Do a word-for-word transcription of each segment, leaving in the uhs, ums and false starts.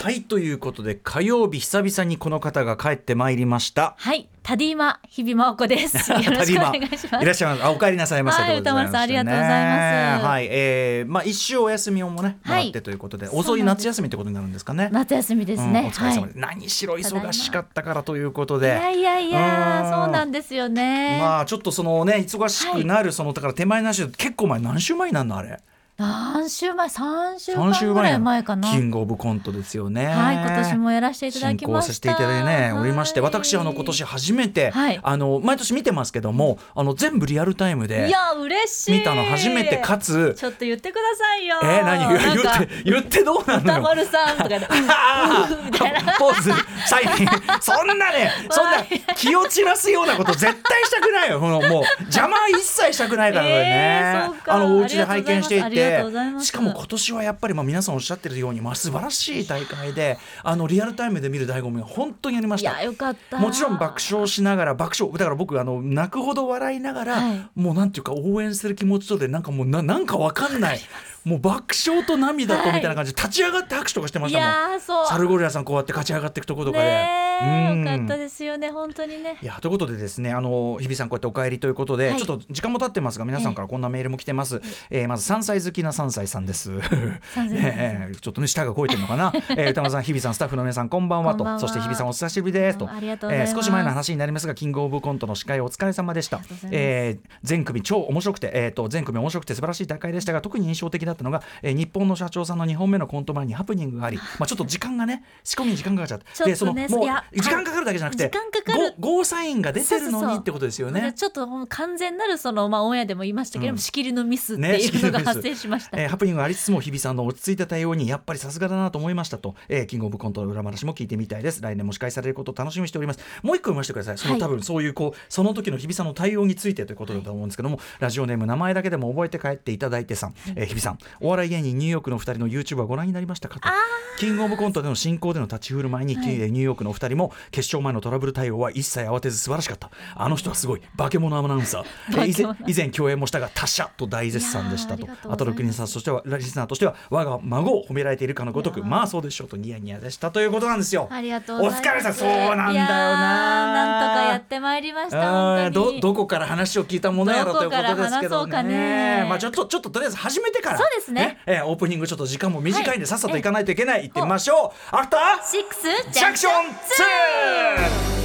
はいということで火曜日久々にこの方が帰ってまいりました。 はい、タディマ日比真央子です。よろしくお願いします。 いらっしゃいます。あ、お帰りなさいませ。 はい、歌丸さんありがとうございます。 はい、えー、まあ一週お休みをもね、もらってということで、はい、遅い夏休みってことになるんですかね。 夏休みですね。 うん、お疲れ様です、 はい、 何しろ忙しかったからということで。 いやいやいや、そうなんですよね。 まあちょっとそのね忙しくなる、はい、そのだから手前なしで結構前、何週前になるのあれ。 何週前さんしゅうかんぐらい前かな。 キングオブコントですよね。 はい、今年もやらせていただきました。進行させていただいてね、はい、おりまして、私あの今年初めて、はい、あの毎年見てますけども、あの全部リアルタイムでいや嬉しい見たの初めて、かつちょっと言ってくださいよ。 えー、何言って言ってどうなのよ。 歌丸さんとかでポーズサインそんなねそんな気を散らすようなこと絶対したくないよ。もう邪魔一切したくないからね、えー、あのお家で拝見していて、しかも今年はやっぱりまあ皆さんおっしゃってるように、まあ、素晴らしい大会で、あのリアルタイムで見る醍醐味が本当にありました。 いやよかった。もちろん爆笑しながら爆笑だから僕あの泣くほど笑いながら、はい、もうなんていうか応援する気持ちとでなんかもう な, なんかわかんないもう爆笑と涙とみたいな感じで立ち上がって拍手とかしてましたもん。 いやそうサルゴリラさんこうやって勝ち上がっていくところとかで、 ね、うん、よかったですよね本当にね。 いやということでですね、あの日比さんこうやってお帰りということで、はい、ちょっと時間も経ってますが皆さんからこんなメールも来てます。えーえー、まずさんさい好きなさんさいさんです。えー、ちょっとね舌が肥えてるのかな。えー、歌丸さん、日比さん、スタッフの皆さんこんばんはと、そして日比さんお久しぶりですと、えー、少し前の話になりますがキングオブコントの司会お疲れ様でした。えー、全組超面白くて、えー、と全組面白くて素晴らしい大会でしたが、特に印象的だったのが、えー、日本の社長さんのにほんめのコント前にハプニングがあり、まあ、ちょっと時間がね仕込みに時間がかかっちゃって、でそのもう時間かかるだけじゃなくてゴーサインが出てるのにってことですよね。 そうそうそう、ちょっと完全なるその、まあ、オンエアでも言いましたけれども、うん、仕切りのミスっていうのが発生しました、 ね、えー、ハプニングがありつつも日比さんの落ち着いた対応にやっぱりさすがだなと思いましたと、えー、キングオブコントの裏話も聞いてみたいです。来年も司会されることを楽しみにしております。もう一個読ませてください。その多分そういうこう、はい、その時の日比さんの対応についてということだと思うんですけども、はい、ラジオネーム名前だけでも覚えて帰っていただいてさん、えー、日比さんお笑い芸人ニューヨークのふたりの YouTube はご覧になりましたかと。キングオブコントでの進行での立ち振る舞いに、はい、ニューヨークのお二人も決勝前のトラブル対応は一切慌てず素晴らしかった。あの人はすごい化け物アナウンサー、えー、以前以前共演もしたが他社と大絶賛でしたと。あとの国さんとしてはリスナーとしては我が孫を褒められているかのごとく、まあそうでしょうとニヤニヤでしたということなんですよ。 ありがとうございます。 お疲れさん。そうなんだよな。 なんとかやってまいりました。本当にど, どこから話を聞いたものやろということですけど ね, ね、まあ、ちょっとちょっととりあえず始めてからそうですね、ね、 えー、オープニングちょっと時間も短いんで、はい、さっさと行かないといけない。行ってみましょう。アフターシックスジャンクションツー。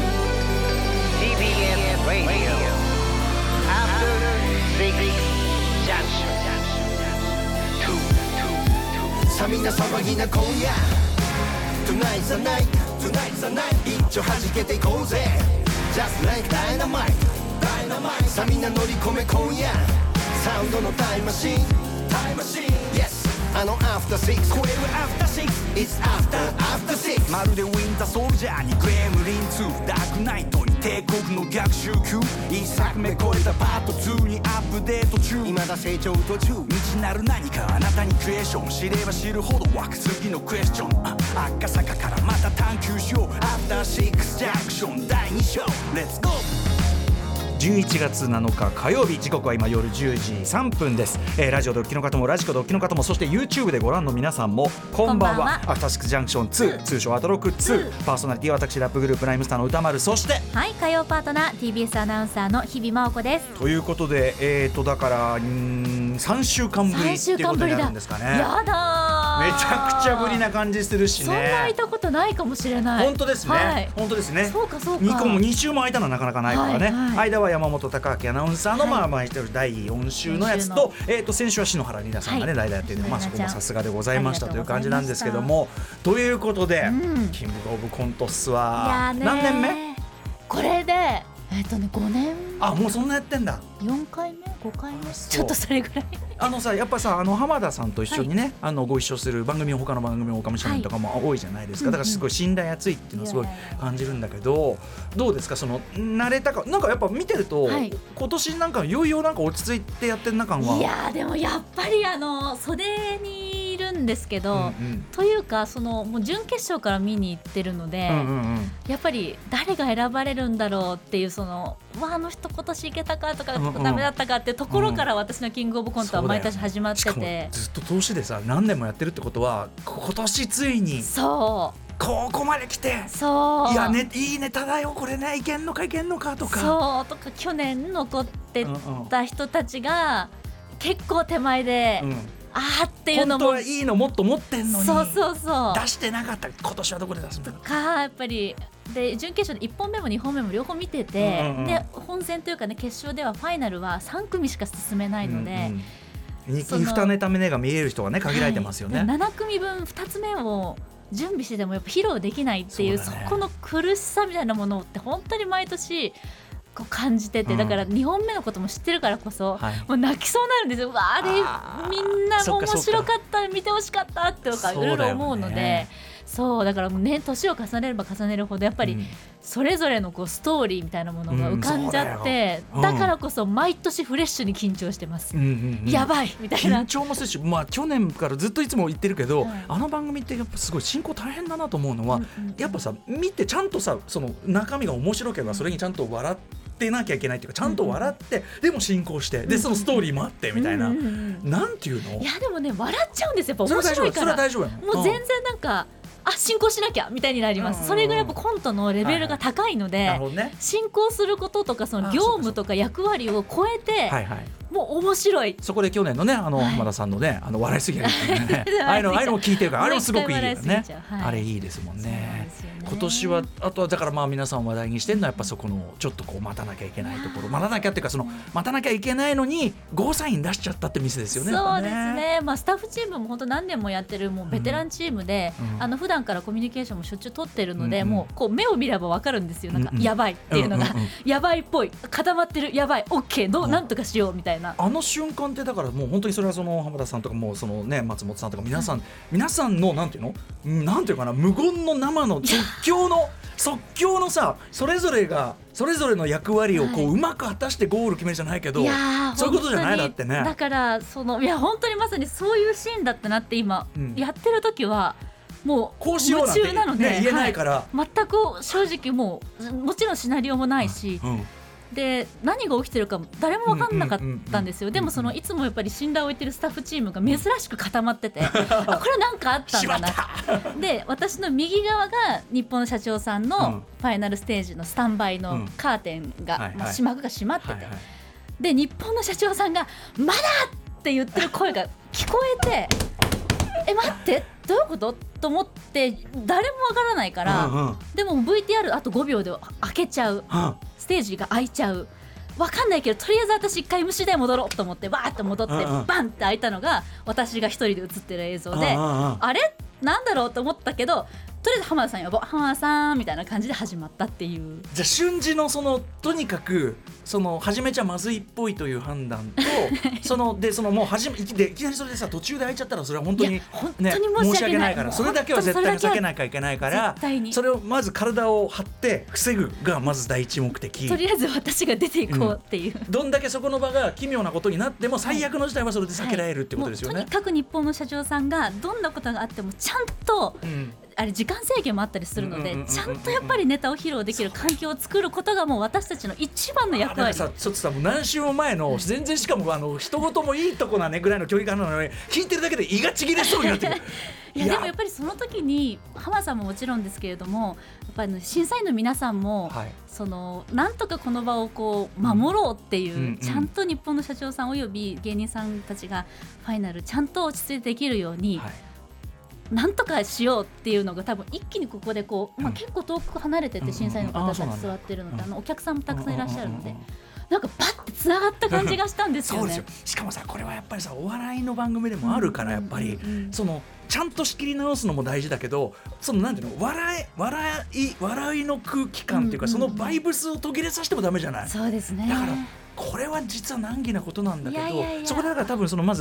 さあみんな騒ぎな今夜 Tonight's the night Tonight's the night 一丁弾けていこうぜ Just like dynamite Dynamite さあみんな乗り込め今夜サウンドのタイムマシンタイムマシン Yes あの After Six 超える After Six It's After After Six まるでウィンターソルジャーにグレムリンツーダークナイトに帝国の逆襲級一作目超えたパートツーにアップデート中未だ成長途中未知なる何かあなたにクエスチョン知れば知るほど湧く次のクエスチョン赤坂からまた探求しよう After Six ジャンクションだいに章 Let's go。 じゅういちがつなのか火曜日、時刻は今夜じゅうじさんぷんです。えー、ラジオドッキの方もラジコドッキの方も、そして YouTube でご覧の皆さんもこんばんは。アフターシックスジャンクションツー、通称アトロックツー、パーソナリティは私ラップグループライムスターの歌丸、そしてはい火曜パートナー ティービーエス アナウンサーの日比真央子です。 ということで、えーとだからんさんしゅうかんぶりっていうことになるんですかね。 やだめちゃくちゃぶりな感じするしね。 そんな空いたことないかもしれない。 本当ですね、はい、本当ですね。 そうかそうか。 にこもに週も空いたのはなかなかないからね、 はいはい、 間は山本貴明アナウンサーの、はい、まあ毎週だいよん週のやつと、えー、と先週は篠原里奈さんがね、はい、代打やっていて、まあ、そこもさすがでございましたという感じなんですけども、ということで、うん、キングオブコントスは何年目？ これでえっ、ー、とねごねん。 あ、もうそんなやってんだ。 よんかいめごかいめちょっとそれぐらいあのさやっぱさあの浜田さんと一緒にね、はい、あのご一緒する番組他の番組もかもしれないとかも多いじゃないですか、はい、だからすごい信頼厚いっていうのはすごい感じるんだけど、どうですかその慣れたかなんかやっぱ見てると、はい、今年なんかいよいよなんか落ち着いてやってるな感は。 いやでもやっぱりあの袖にいるんんですけど、 うんうん、 というかそのもう準決勝から見に行ってるので、 うんうんうん、 やっぱり誰が選ばれるんだろうっていうそのわあの人今年いけたかとか、うんうん、ダメだったかっていうところから私のキングオブコントは毎年始まってて、 うん、しかもずっと投資でさ何年もやってるってことは今年ついにそうここまで来て、 そういや、ね、いいネタだよこれね、いけんのかいけんのかとか、 そうとか去年残ってた人たちが結構手前で、うん、あーっていうのも本当はいいのもっと持ってんのにそうそうそう出してなかった、今年はどこで出すんだろうとか、やっぱりで準決勝でいっぽんめもにほんめも両方見てて、うんうん、で本戦というかね決勝ではファイナルはさん組しか進めないので、うんうんにネタ目が見える人がね限られてますよね、 はい、なな組分ふたつめを準備しててもやっぱ披露できないっていう そ,、ね、そこの苦しさみたいなものって本当に毎年こう感じてて、うん、だからにほんめのことも知ってるからこそ、はい、もう泣きそうになるんですよ。わあれみんな面白かった見てほしかったってとかいろいろ思うので、そうだからもうね年を重ねれば重ねるほどやっぱりそれぞれのこうストーリーみたいなものが浮かんじゃって、うん、だ, だからこそ毎年フレッシュに緊張してます、うんうんうん、やばいみたいな緊張もするし、まあ、去年からずっといつも言ってるけど、はい、あの番組ってやっぱすごい進行大変だなと思うのは、うんうんうん、やっぱさ見てちゃんとさその中身が面白ければそれにちゃんと笑ってなきゃいけないっていうかちゃんと笑って、うんうん、でも進行してでそのストーリーもあってみたいな、うんうんうん、なんていうの、 いやでもね笑っちゃうんですよ、やっぱ面白いから。 それは大丈夫、それは大丈夫やもう全然なんか、うんあ進行しなきゃみたいになります、うんうんうん、それぐらいやっぱコントのレベルが高いので、はいはいね、進行することとかその業務とか役割を超えて、はいはい、もう面白い。 そこで去年のねあの、はい、浜田さんのねあの笑いすぎるねああいうのああいうのも聞いてるからあれもすごくいいよね、はい、あれいいですもん ね, ね今年はあとはだからまあ皆さん話題にしてるのはやっぱそこのちょっとこう待たなきゃいけないところ待たなきゃっていうかその待たなきゃいけないのにゴーサイン出しちゃったって店ですよね。 そうですね、まあ、スタッフチームも本当何年もやってるもうベテランチームで、うん、あの普段からコミュニケーションもしょっちゅう取ってるので、うんうん、もうこう目を見れば分かるんですよ。なんかやばいっていうのが、うんうんうん、やばいっぽい固まってるやばい OK どう、うん、なんとかしようみたいなあの瞬間ってだからもう本当にそれはその浜田さんとかもうそのね松本さんとか皆さん、うん、皆さんのなんていうのなんていうかな無言の生の即興の即興のさそれぞれがそれぞれの役割をこう、はい、うまく果たしてゴール決めるじゃないけど、いやそういうことじゃないだってね。 だからそのいや本当にまさにそういうシーンだったなって今、うん、やってる時はもう夢中なので、 ね、言えないから、 はい、全く正直もうもちろんシナリオもないし、うんうんで何が起きてるか誰も分かんなかったんですよ。でもそのいつもやっぱり信頼を置いてるスタッフチームが珍しく固まっててあこれなんかあったんだなで私の右側が日本の社長さんのファイナルステージのスタンバイのカーテンが、うんまあ、幕が閉まってて、はいはい、で日本の社長さんがまだって言ってる声が聞こえてえ待ってどういうことと思って誰もわからないから、うんうん、でも ブイティーアール あとごびょうで開けちゃう、うん、ステージが開いちゃうわかんないけどとりあえず私一回 エムシー 台戻ろうと思ってバーッと戻って、うんうん、バンって開いたのが私が一人で映ってる映像で、うんうん、あれなんだろうと思ったけどとりあえず浜田さん呼ぼう浜田さんみたいな感じで始まったっていう。 じゃあ瞬時のそのとにかくその始めちゃまずいっぽいという判断とそのでそのもう始めでいきなりそれでさ途中で開いちゃったらそれは本当に、ね、 本当に申し訳ないからそれだけは絶対に避けなきゃいけないからそれをまず体を張って防ぐがまず第一目的。 とりあえず私が出ていこうっていう、 うん、どんだけそこの場が奇妙なことになっても最悪の事態はそれで避けられるってことですよね、 はいはい、とにかく日本の社長さんがどんなことがあってもちゃんと、うんあれ時間制限もあったりするので、うんうんうんうん、ちゃんとやっぱりネタを披露できる環境を作ることがもう私たちの一番の役割。 さちょっとさもう何週も前の全然しかもあの人事もいいとこなねぐらいの距離感なのに聞いてるだけで胃がちぎれそうになってるいやでもやっぱりその時に浜さんももちろんですけれどもやっぱり審査員の皆さんも、はい、そのなんとかこの場をこう守ろうっていう、うんうんうん、ちゃんと日本の社長さんおよび芸人さんたちがファイナルちゃんと落ち着いてできるように、はいなんとかしようっていうのが多分一気にここでこう、まあ、結構遠く離れてて審査員の方たち座ってるので、あのお客さんもたくさんいらっしゃるのでなんかバッてつながった感じがしたんですよね。 そうですよ。しかもさこれはやっぱりさお笑いの番組でもあるからやっぱり、うんうんうん、そのちゃんと仕切り直すのも大事だけどそのなんていうの笑い笑い笑いの空気感っていうか、うんうんうん、そのバイブスを途切れさせてもダメじゃない。 そうですね。 だからこれは実は難儀なことなんだけどいやいやいやそこでだから多分そのまず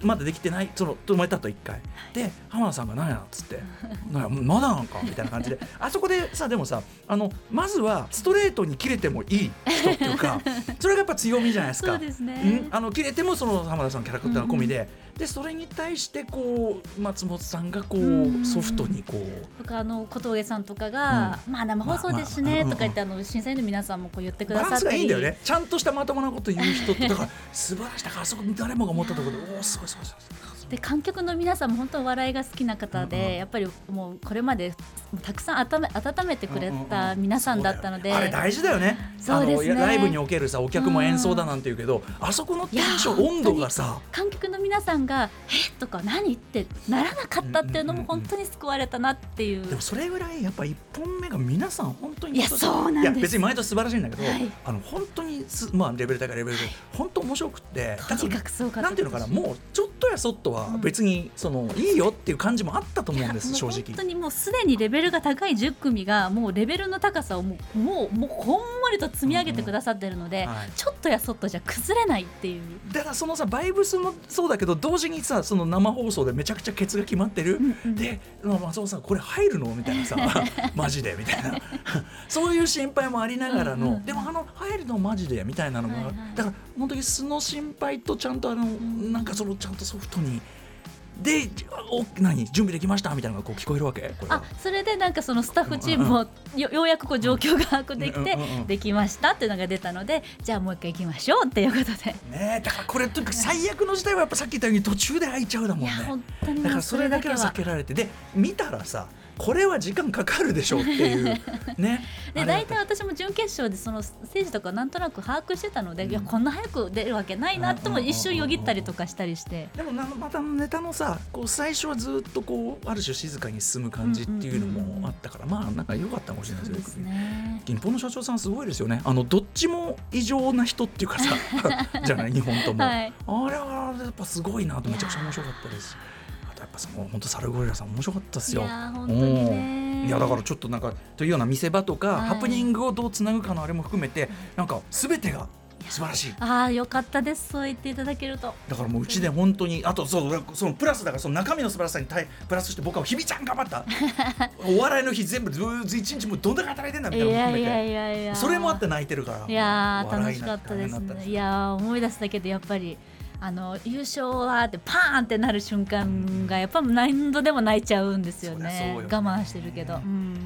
まだできてない、その止めたといっかいで浜田さんが何やっつってなんかまだなんかみたいな感じであそこでさでもさあのまずはストレートに切れてもいい人っていうかそれがやっぱ強みじゃないですか。 そうですね、 うん、あの切れてもその浜田さんのキャラクター込みで、うんうん、でそれに対してこう松本さんがこう、うん、ソフトにこうとかあの小峠さんとかが、うん、まあ生放送ですしね、まあまあ、とか言ってあの審査員の皆さんもこう言ってくださったりバランスがいいんだよね。 ちゃんとしたまともなこと言う人ってだから素晴らしい。だからあそこ誰もが思ったところでおおすごいすごいすごいで観客の皆さんも本当に笑いが好きな方で、うんうん、やっぱりもうこれまでたくさん温め、温めてくれた皆さんだったので、うんうんうん、 あれ大事だよね。 そうですね。 あのライブにおけるさお客も演奏だなんて言うけど、うん、あそこのテンション温度がさ観客の皆さんがえとか何ってならなかったっていうのも本当に救われたなっていう、うんうんうん、 でもそれぐらいやっぱいっぽんめが皆さん本当にいやそうなんです。 いや別に毎年素晴らしいんだけど、はい、あの本当にす、まあ、レベル高いレベルで本当面白くってとにかくすごかった。 なんていうのかなもうちょっとやそっとは別に、うんそのいいよっていう感じもあったと思うんです正直。 本当にもうすでにレベルが高いじゅっくみがもうレベルの高さをもうもうもうこんもりと積み上げてくださってるので、うんうんはい、ちょっとやそっとじゃ崩れないっていう。 だからそのさバイブスもそうだけど同時にさその生放送でめちゃくちゃケツが決まってる、うんうん、で松本さんこれ入るのみたいなさマジでみたいなそういう心配もありながらの、うんうん、でもあの入るのマジでみたいなのが、はいはい、だから本当に素の心配とちゃんとあの、うん、なんかそのちゃんとソフトにでお何準備できましたみたいなのがこう聞こえるわけ。これあそれでなんかそのスタッフチームもようやくこう状況が把握できてできましたっていうのが出たのでじゃあもう一回行きましょうっていうことで、 ね、だからこれとにかく最悪の事態はやっぱさっき言ったように途中で開いちゃうだもんね。 いや本当にだからそれだけは避けられてで見たらさこれは時間かかるでしょうっていうねで大体私も準決勝でそのステージとかなんとなく把握してたので、うん、いやこんな早く出るわけないなとも一瞬よぎったりとかしたりして、 でもなまたネタのさこう最初はずっとこうある種静かに進む感じっていうのもあったから、うんうんうん、まあなんか良かったかもしれないですですね。 銀行の社長さんすごいですよね。あのどっちも異常な人っていうかさじゃない日本とも、はい、あれはやっぱすごいなとめちゃくちゃ面白かったです。あとやっぱその本当サルゴリラさん面白かったですよ。 いや本当にね。 いやだからちょっとなんかというような見せ場とか、はい、ハプニングをどうつなぐかのあれも含めてなんか全てが素晴らしい。 ああよかったですそう言っていただけると。 だからもううちで本当にあとそうそのプラスだからその中身の素晴らしさに対プラスして僕は日比ちゃん頑張ったお笑いの日全部ず一日もどんだけ働いてんだみたいなのも含めていやいやいやいやそれもあって泣いてるから。 いや楽しかったですね。いや思い出すだけでやっぱりあの優勝はってパーンってなる瞬間がやっぱ何度でも泣いちゃうんですよ ね, よね我慢してるけど、うん、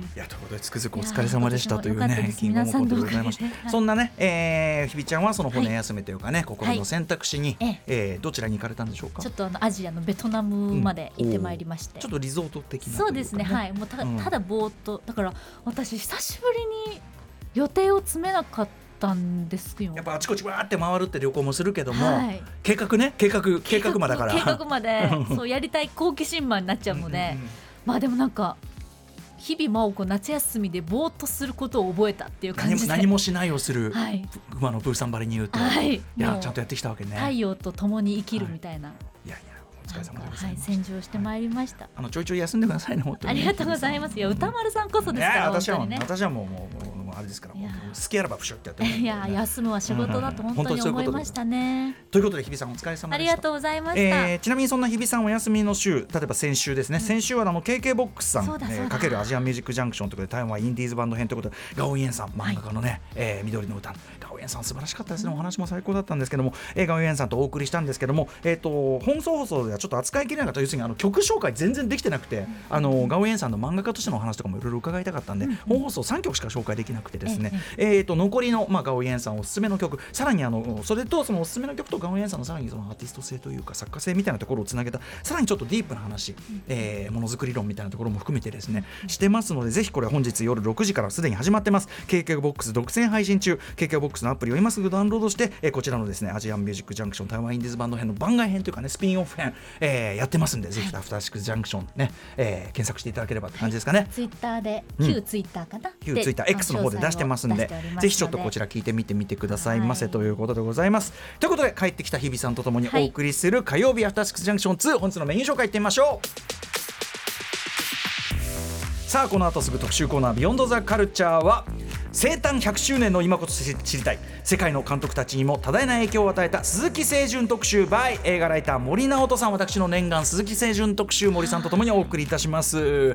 いやということでつくづくお疲れ様でしたというねキングオブコントでございました、はい、そんなね、えー、日比ちゃんはその骨休めというかね、はい、心の選択肢に、はいえー、どちらに行かれたんでしょうか。 ちょっとあのアジアのベトナムまで行ってまいりまして、うん、 ちょっとリゾート的な、ね、 そうですねはいもう た,、うん、ただぼーっとだから私久しぶりに予定を詰めなかったんですよ。 やっぱあちこちわーって回るって旅行もするけども、 はい、 計画ね計画計画まだから計画までそうやりたい好奇心マンになっちゃうのでうんうん、うん、まあでもなんか日々真央子夏休みでぼーっとすることを覚えたっていう感じで何, 何もしないをする、 はい、 馬のプーさんばりに言うと、はい、いやちゃんとやってきたわけね。 太陽と共に生きるみたいな、はい、 いやいやお疲れ様でございます。 はい、洗浄してまいりました、はい、 あのちょいちょい休んでくださいね本当に。 ありがとうございます。いや歌丸さんこそですから、 私は、 ね、 私はもうもうもうあれですから好きあらばプシュってやってます、ね、 いや休むは仕事だと本当に思いましたね。 ということで日比さんお疲れ様でした。 ありがとうございました、 えー、ちなみにそんな日比さんお休みの週例えば先週ですね、うん、先週はあの ケーケー ボックスさんえー、かけるアジアンミュージックジャンクションということで台湾インディーズバンド編ということでガオイエンさん漫画家のね、はいえー、緑の歌ガオイエンさん素晴らしかったですね、うん、お話も最高だったんですけども、えー、ガオイエンさんとお送りしたんですけども、えー、と本送放送ではちょっと扱いきれなかった要するにあの曲紹介全然できてなくて、うん、あのガオイエンさんの漫画家としてのお話とかもいろいろ伺いたかったんで、うん、本放送さんきょくしか紹介できなくてですね、えー、えーと残りの、まあ、ガオイエンさんおすすめの曲さらにあのそれとそのおすすめの曲とガオイエンさんのさらにそのアーティスト性というか作家性みたいなところをつなげたさらにちょっとディープな話、うんえー、ものづくり論みたいなところも含めてですね、うん、してますのでぜひこれ本日夜ろくじからすでに始まってます ケーケー ボックス独占配信中 ケーケー ボックスのアプリを今すぐダウンロードして、えー、こちらのですねアジアンミュージックジャンクション台湾インディーズバンド編の番外編というかねスピンオフ編、えー、やってますんでぜひアフターシックスジャンクションね、えー、検索していただければって感じですかね。 ツイッターで旧ツイッターかな、 旧ツイッター X の方で出してますんでぜひちょっとこちら聞いてみてみてくださいませ、はい、ということでございます。ということで帰ってきた日比さんとともにお送りする火曜日アフターシックスジャンクションツー本日のメニュー紹介いってみましょう。さあこの後すぐ特集コーナービヨンドザカルチャーは生誕ひゃくしゅうねんの今こそ知りたい世界の監督たちにも多大な影響を与えた鈴木清純特集 by 映画ライター森直人さん。私の念願鈴木清純特集、森さんとともにお送りいたします。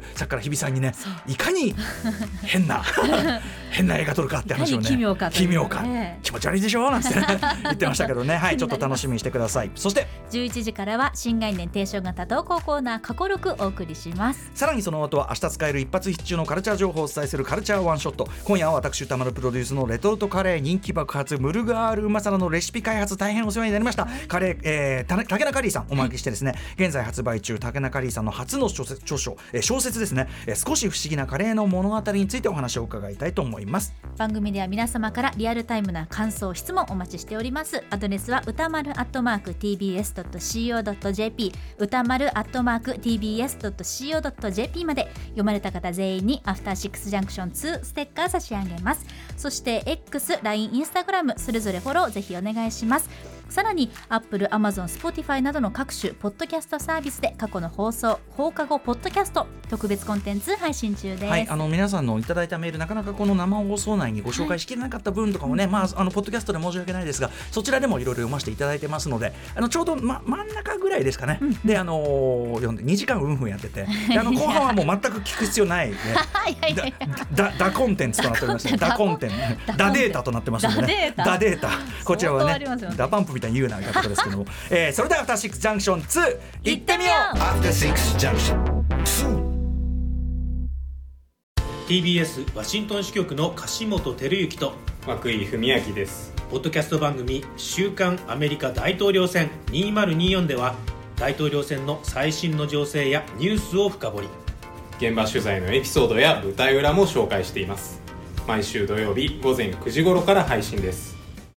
さっきから日比さんにね、いかに変な変な映画撮るかって話をね、 奇妙か奇妙か、ね、気持ち悪いでしょなんて言ってましたけどねはい、ちょっと楽しみにしてください。そしてじゅういちじからは新概念提唱型投稿コーナー過去録お送りします。 さらにその後は明日使える一発必中のカルチャー情報をお伝えするカルチャーワンショット。今夜は私歌丸プロデュースのレトルトカレー人気爆発ムルガールうまさらのレシピ開発大変お世話になりました。カレー、えー、竹中カリーさんお招きしてですね、現在発売中竹中カリーさんの初の小説、著書、えー、小説ですね、えー、少し不思議なカレーの物語についてお話を伺いたいと思います。 番組では皆様からリアルタイムな感想質問お待ちしております。アドレスは歌丸アットマーク ティービーエスドットシーオードットジェーピー 歌丸アットマーク ティービーエスドットシーオードットジェーピー まで。読まれた方全員にアフターシックスジャンクションツーステッカー差し上げます。そして X、ライン、インスタグラムそれぞれフォローぜひお願いします。さらに Apple、Amazon、Spotify などの各種ポッドキャストサービスで過去の放送、放課後ポッドキャスト特別コンテンツ配信中です。 はい、あの皆さんのいただいたメールなかなかこの生放送内にご紹介しきれなかった分とかもね、はい、まああのポッドキャストで申し訳ないですがそちらでもいろいろ読ませていただいてますので、あのちょうど、ま、真ん中ぐらいですかね、うん、であのー、読んでにじかんうんふんやっててであの後半はもう全く聞く必要ない、ね、だ, だ, だコンテンツとなっておりますねダコンテンツダデータとなってますのでね、ダデータこちらは ね, ねダパンプみたいに言うなみたいなことですけども、えー、それではアフターシックスジャンクションツー行ってみよう。 アフターシックスジャンクションツーティービーエス ワシントン支局の樫本照之と涌井文明です。 ポッドキャスト番組週刊アメリカ大統領選にせんにじゅうよんでは大統領選の最新の情勢やニュースを深掘り、 現場取材のエピソードや舞台裏も紹介しています。毎週土曜日午前くじ頃から配信です。